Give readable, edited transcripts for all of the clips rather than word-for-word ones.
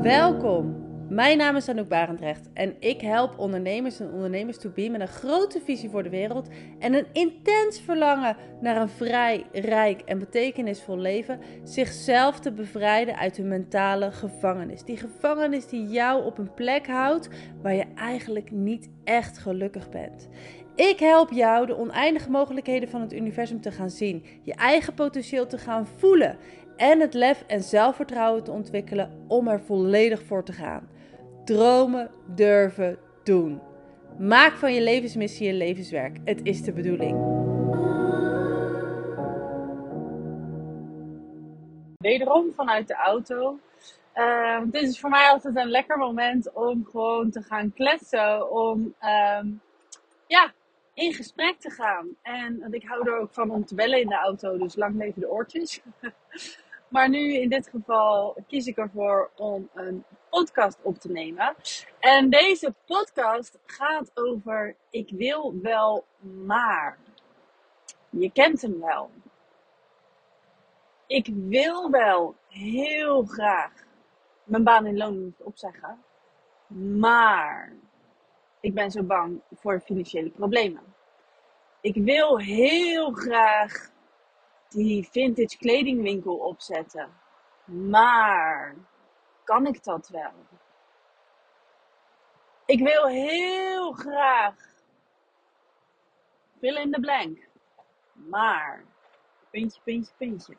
Welkom, mijn naam is Anouk Barendrecht en ik help ondernemers en ondernemers to be met een grote visie voor de wereld en een intens verlangen naar een vrij, rijk en betekenisvol leven, zichzelf te bevrijden uit hun mentale gevangenis. Die gevangenis die jou op een plek houdt waar je eigenlijk niet echt gelukkig bent. Ik help jou de oneindige mogelijkheden van het universum te gaan zien, je eigen potentieel te gaan voelen en het lef en zelfvertrouwen te ontwikkelen om er volledig voor te gaan. Dromen, durven, doen. Maak van je levensmissie je levenswerk. Het is de bedoeling. Wederom vanuit de auto. Dit is voor mij altijd een lekker moment om gewoon te gaan kletsen. Om in gesprek te gaan. En ik hou er ook van om te bellen in de auto. Dus lang leven de oortjes. Maar nu in dit geval kies ik ervoor om een podcast op te nemen. En deze podcast gaat over ik wil wel maar. Je kent hem wel. Ik wil wel heel graag mijn baan in loondienst opzeggen. Maar ik ben zo bang voor financiële problemen. Ik wil heel graag die vintage kledingwinkel opzetten. Maar kan ik dat wel? Ik wil heel graag fill in the blank. Maar puntje, puntje, puntje.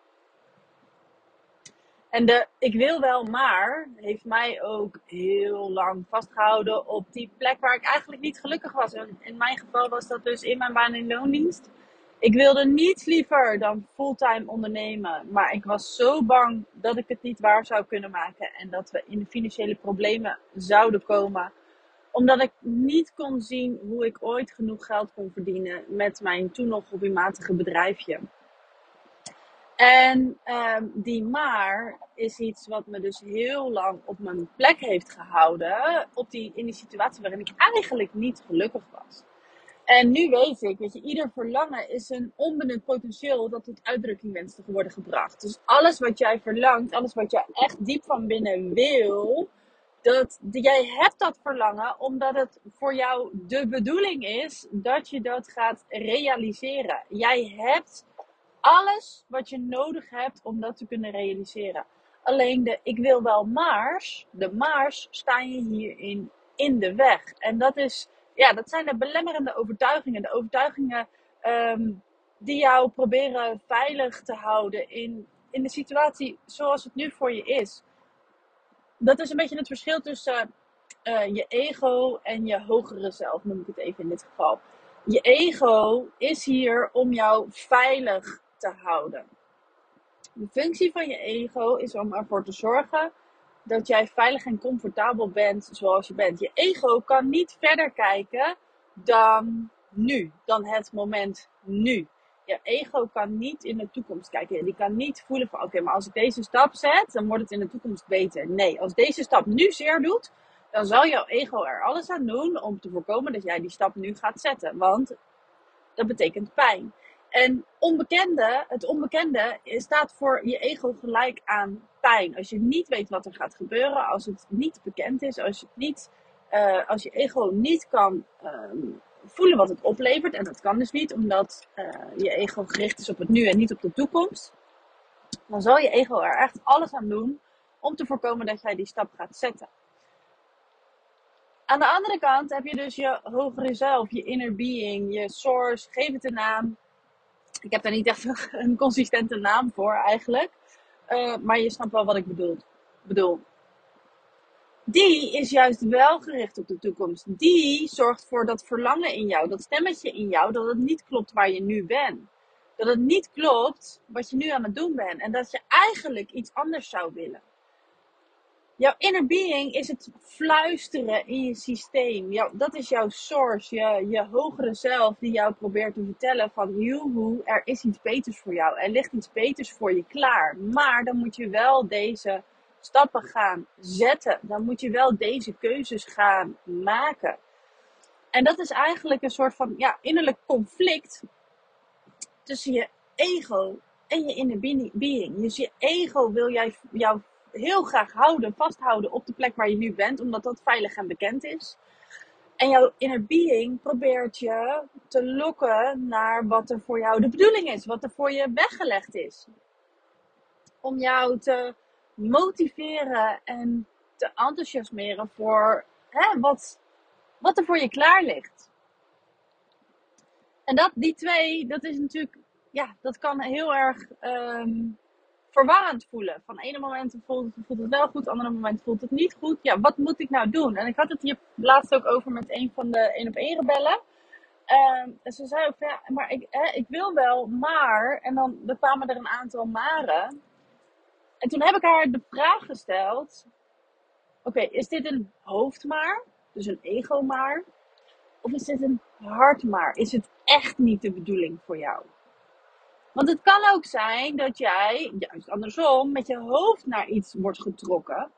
En ik wil wel maar heeft mij ook heel lang vastgehouden op die plek waar ik eigenlijk niet gelukkig was. En in mijn geval was dat dus in mijn baan in loondienst. Ik wilde niets liever dan fulltime ondernemen. Maar ik was zo bang dat ik het niet waar zou kunnen maken. En dat we in de financiële problemen zouden komen. Omdat ik niet kon zien hoe ik ooit genoeg geld kon verdienen met mijn toen nog hobbymatige bedrijfje. En die maar is iets wat me dus heel lang op mijn plek heeft gehouden. In die situatie waarin ik eigenlijk niet gelukkig was. En nu weet ik, ieder verlangen is een onbenut potentieel dat tot uitdrukking wenst te worden gebracht. Dus alles wat jij verlangt, alles wat jij echt diep van binnen wil, jij hebt dat verlangen omdat het voor jou de bedoeling is dat je dat gaat realiseren. Jij hebt alles wat je nodig hebt om dat te kunnen realiseren. Alleen ik wil wel maars, de maars staan je hierin in de weg. En dat zijn de belemmerende overtuigingen. De overtuigingen die jou proberen veilig te houden in de situatie zoals het nu voor je is. Dat is een beetje het verschil tussen je ego en je hogere zelf, noem ik het even in dit geval. Je ego is hier om jou veilig te houden. De functie van je ego is om ervoor te zorgen dat jij veilig en comfortabel bent zoals je bent. Je ego kan niet verder kijken dan nu, dan het moment nu. Je ego kan niet in de toekomst kijken. Die kan niet voelen van oké, maar als ik deze stap zet, dan wordt het in de toekomst beter. Nee, als deze stap nu zeer doet, dan zal jouw ego er alles aan doen om te voorkomen dat jij die stap nu gaat zetten. Want dat betekent pijn. En het onbekende staat voor je ego gelijk aan pijn. Als je niet weet wat er gaat gebeuren, als het niet bekend is, als je ego niet kan voelen wat het oplevert. En dat kan dus niet, omdat je ego gericht is op het nu en niet op de toekomst. Dan zal je ego er echt alles aan doen om te voorkomen dat jij die stap gaat zetten. Aan de andere kant heb je dus je hogere zelf, je inner being, je source, geef het een naam. Ik heb daar niet echt een consistente naam voor eigenlijk. Maar je snapt wel wat ik bedoel. Die is juist wel gericht op de toekomst. Die zorgt voor dat verlangen in jou, dat stemmetje in jou, dat het niet klopt waar je nu bent. Dat het niet klopt wat je nu aan het doen bent. En dat je eigenlijk iets anders zou willen. Jouw inner being is het fluisteren in je systeem. Dat is jouw source, je hogere zelf die jou probeert te vertellen van joehoe, er is iets beters voor jou. Er ligt iets beters voor je klaar. Maar dan moet je wel deze stappen gaan zetten. Dan moet je wel deze keuzes gaan maken. En dat is eigenlijk een soort van innerlijk conflict tussen je ego en je inner being. Dus je ego wil jou heel graag vasthouden op de plek waar je nu bent, omdat dat veilig en bekend is. En jouw inner being probeert je te lokken naar wat er voor jou de bedoeling is, wat er voor je weggelegd is. Om jou te motiveren en te enthousiasmeren voor wat er voor je klaar ligt. En die twee, dat is natuurlijk, ja, dat kan heel erg verwarrend voelen. Van ene moment voelt het wel goed, andere moment voelt het niet goed. Ja, wat moet ik nou doen? En ik had het hier laatst ook over met een van de 1-op-1 rebellen. En ze zei ook, ja, maar ik wil wel, maar... En dan kwamen er een aantal maren. En toen heb ik haar de vraag gesteld. Oké, is dit een hoofdmaar? Dus een ego-maar? Of is dit een hartmaar? Is het echt niet de bedoeling voor jou? Want het kan ook zijn dat jij, juist andersom, met je hoofd naar iets wordt getrokken.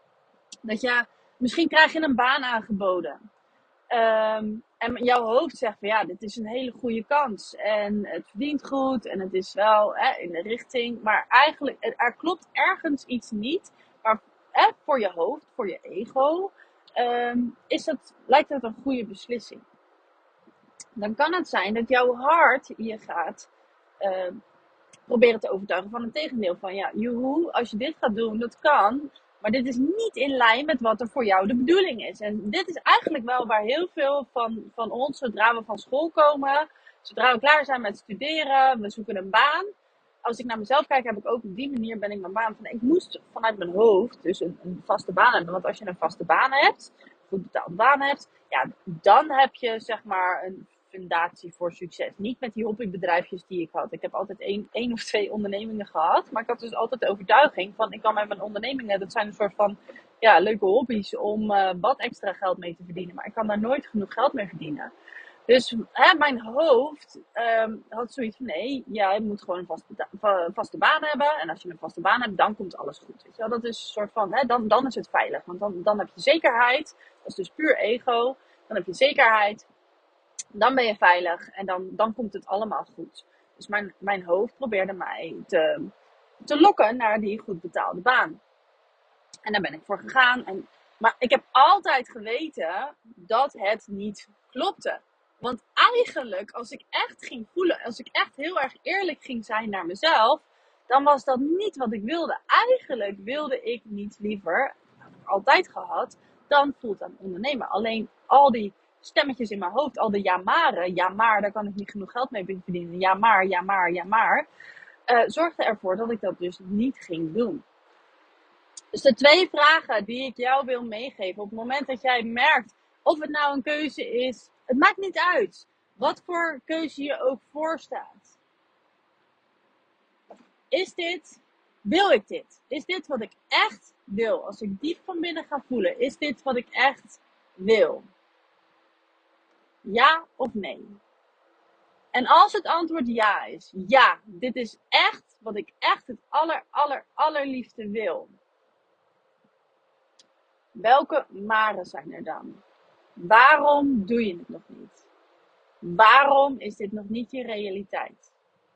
Misschien krijg je een baan aangeboden. En jouw hoofd zegt van ja, dit is een hele goede kans. En het verdient goed. En het is wel in de richting. Maar eigenlijk, er klopt ergens iets niet. Maar voor je hoofd, voor je ego, lijkt dat een goede beslissing. Dan kan het zijn dat jouw hart je gaat proberen te overtuigen van het tegendeel. Van ja, joehoe, als je dit gaat doen, dat kan. Maar dit is niet in lijn met wat er voor jou de bedoeling is. En dit is eigenlijk wel waar heel veel van ons, zodra we van school komen, zodra we klaar zijn met studeren, we zoeken een baan. Als ik naar mezelf kijk, heb ik ook op die manier ben ik mijn baan van. Ik moest vanuit mijn hoofd dus een vaste baan hebben. Want als je een vaste baan hebt, goed betaalde baan hebt, ja, dan heb je zeg maar een fundatie voor succes. Niet met die hobbybedrijfjes die ik had. Ik heb altijd één of twee ondernemingen gehad. Maar ik had dus altijd de overtuiging van ik kan met mijn ondernemingen, dat zijn een soort van leuke hobby's om wat extra geld mee te verdienen. Maar ik kan daar nooit genoeg geld mee verdienen. Dus mijn hoofd had zoiets van nee, je moet gewoon een vaste baan hebben. En als je een vaste baan hebt, dan komt alles goed. Weet je wel? Dat is een soort van, dan is het veilig. Want dan heb je zekerheid. Dat is dus puur ego. Dan heb je zekerheid. Dan ben je veilig. En dan komt het allemaal goed. Dus mijn hoofd probeerde mij te lokken naar die goed betaalde baan. En daar ben ik voor gegaan. Maar ik heb altijd geweten dat het niet klopte. Want eigenlijk, als ik echt ging voelen, als ik echt heel erg eerlijk ging zijn naar mezelf, dan was dat niet wat ik wilde. Eigenlijk wilde ik niet liever, dat heb ik altijd gehad, dan fulltime ondernemen. Alleen al die stemmetjes in mijn hoofd, al de ja maar, daar kan ik niet genoeg geld mee verdienen. Ja maar, zorgde ervoor dat ik dat dus niet ging doen. Dus de 2 vragen die ik jou wil meegeven op het moment dat jij merkt of het nou een keuze is, het maakt niet uit wat voor keuze je ook voorstaat. Wil ik dit? Is dit wat ik echt wil? Als ik diep van binnen ga voelen, is dit wat ik echt wil? Ja of nee? En als het antwoord ja is, ja, dit is echt wat ik echt het allerliefste wil. Welke maren zijn er dan? Waarom doe je het nog niet? Waarom is dit nog niet je realiteit?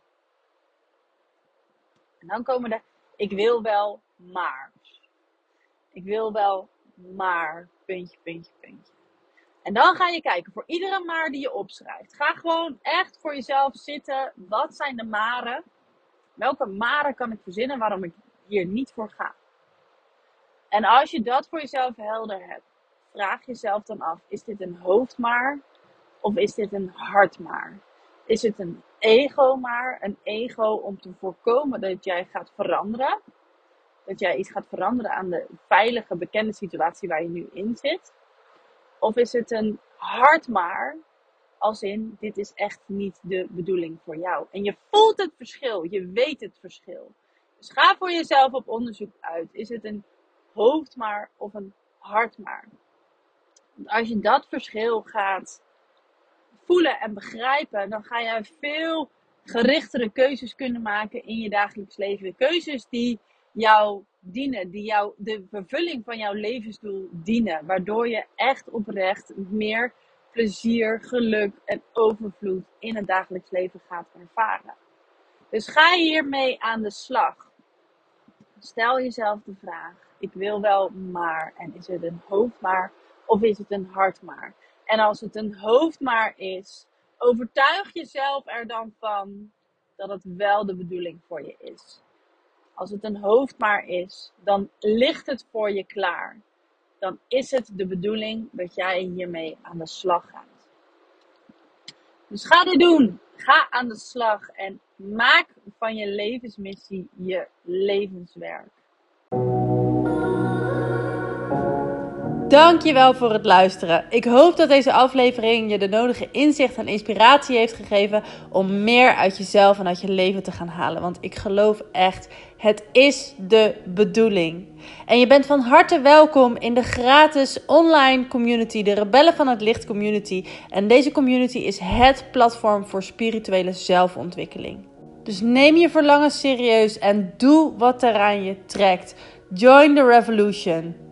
En dan komen de, ik wil wel, maar. Ik wil wel, maar, puntje. En dan ga je kijken voor iedere maar die je opschrijft. Ga gewoon echt voor jezelf zitten. Wat zijn de maren? Welke maren kan ik verzinnen waarom ik hier niet voor ga? En als je dat voor jezelf helder hebt, vraag jezelf dan af, is dit een hoofdmaar of is dit een hartmaar? Is het een ego-maar, een ego om te voorkomen dat jij gaat veranderen? Dat jij iets gaat veranderen aan de veilige, bekende situatie waar je nu in zit? Of is het een hartmaar, als in, dit is echt niet de bedoeling voor jou. En je voelt het verschil, je weet het verschil. Dus ga voor jezelf op onderzoek uit. Is het een hoofdmaar of een hartmaar? Want als je dat verschil gaat voelen en begrijpen, dan ga je veel gerichtere keuzes kunnen maken in je dagelijks leven. Keuzes die jou dienen, die jou de vervulling van jouw levensdoel dienen. Waardoor je echt oprecht meer plezier, geluk en overvloed in het dagelijks leven gaat ervaren. Dus ga hiermee aan de slag. Stel jezelf de vraag, ik wil wel maar, en is het een hoofdmaar of is het een hartmaar? En als het een hoofdmaar is, overtuig jezelf er dan van dat het wel de bedoeling voor je is. Als het een hoofdmaar is, dan ligt het voor je klaar. Dan is het de bedoeling dat jij hiermee aan de slag gaat. Dus ga dit doen. Ga aan de slag en maak van je levensmissie je levenswerk. Dankjewel voor het luisteren. Ik hoop dat deze aflevering je de nodige inzicht en inspiratie heeft gegeven om meer uit jezelf en uit je leven te gaan halen. Want ik geloof echt, het is de bedoeling. En je bent van harte welkom in de gratis online community, de Rebellen van het Licht community. En deze community is het platform voor spirituele zelfontwikkeling. Dus neem je verlangen serieus en doe wat er aan je trekt. Join the revolution.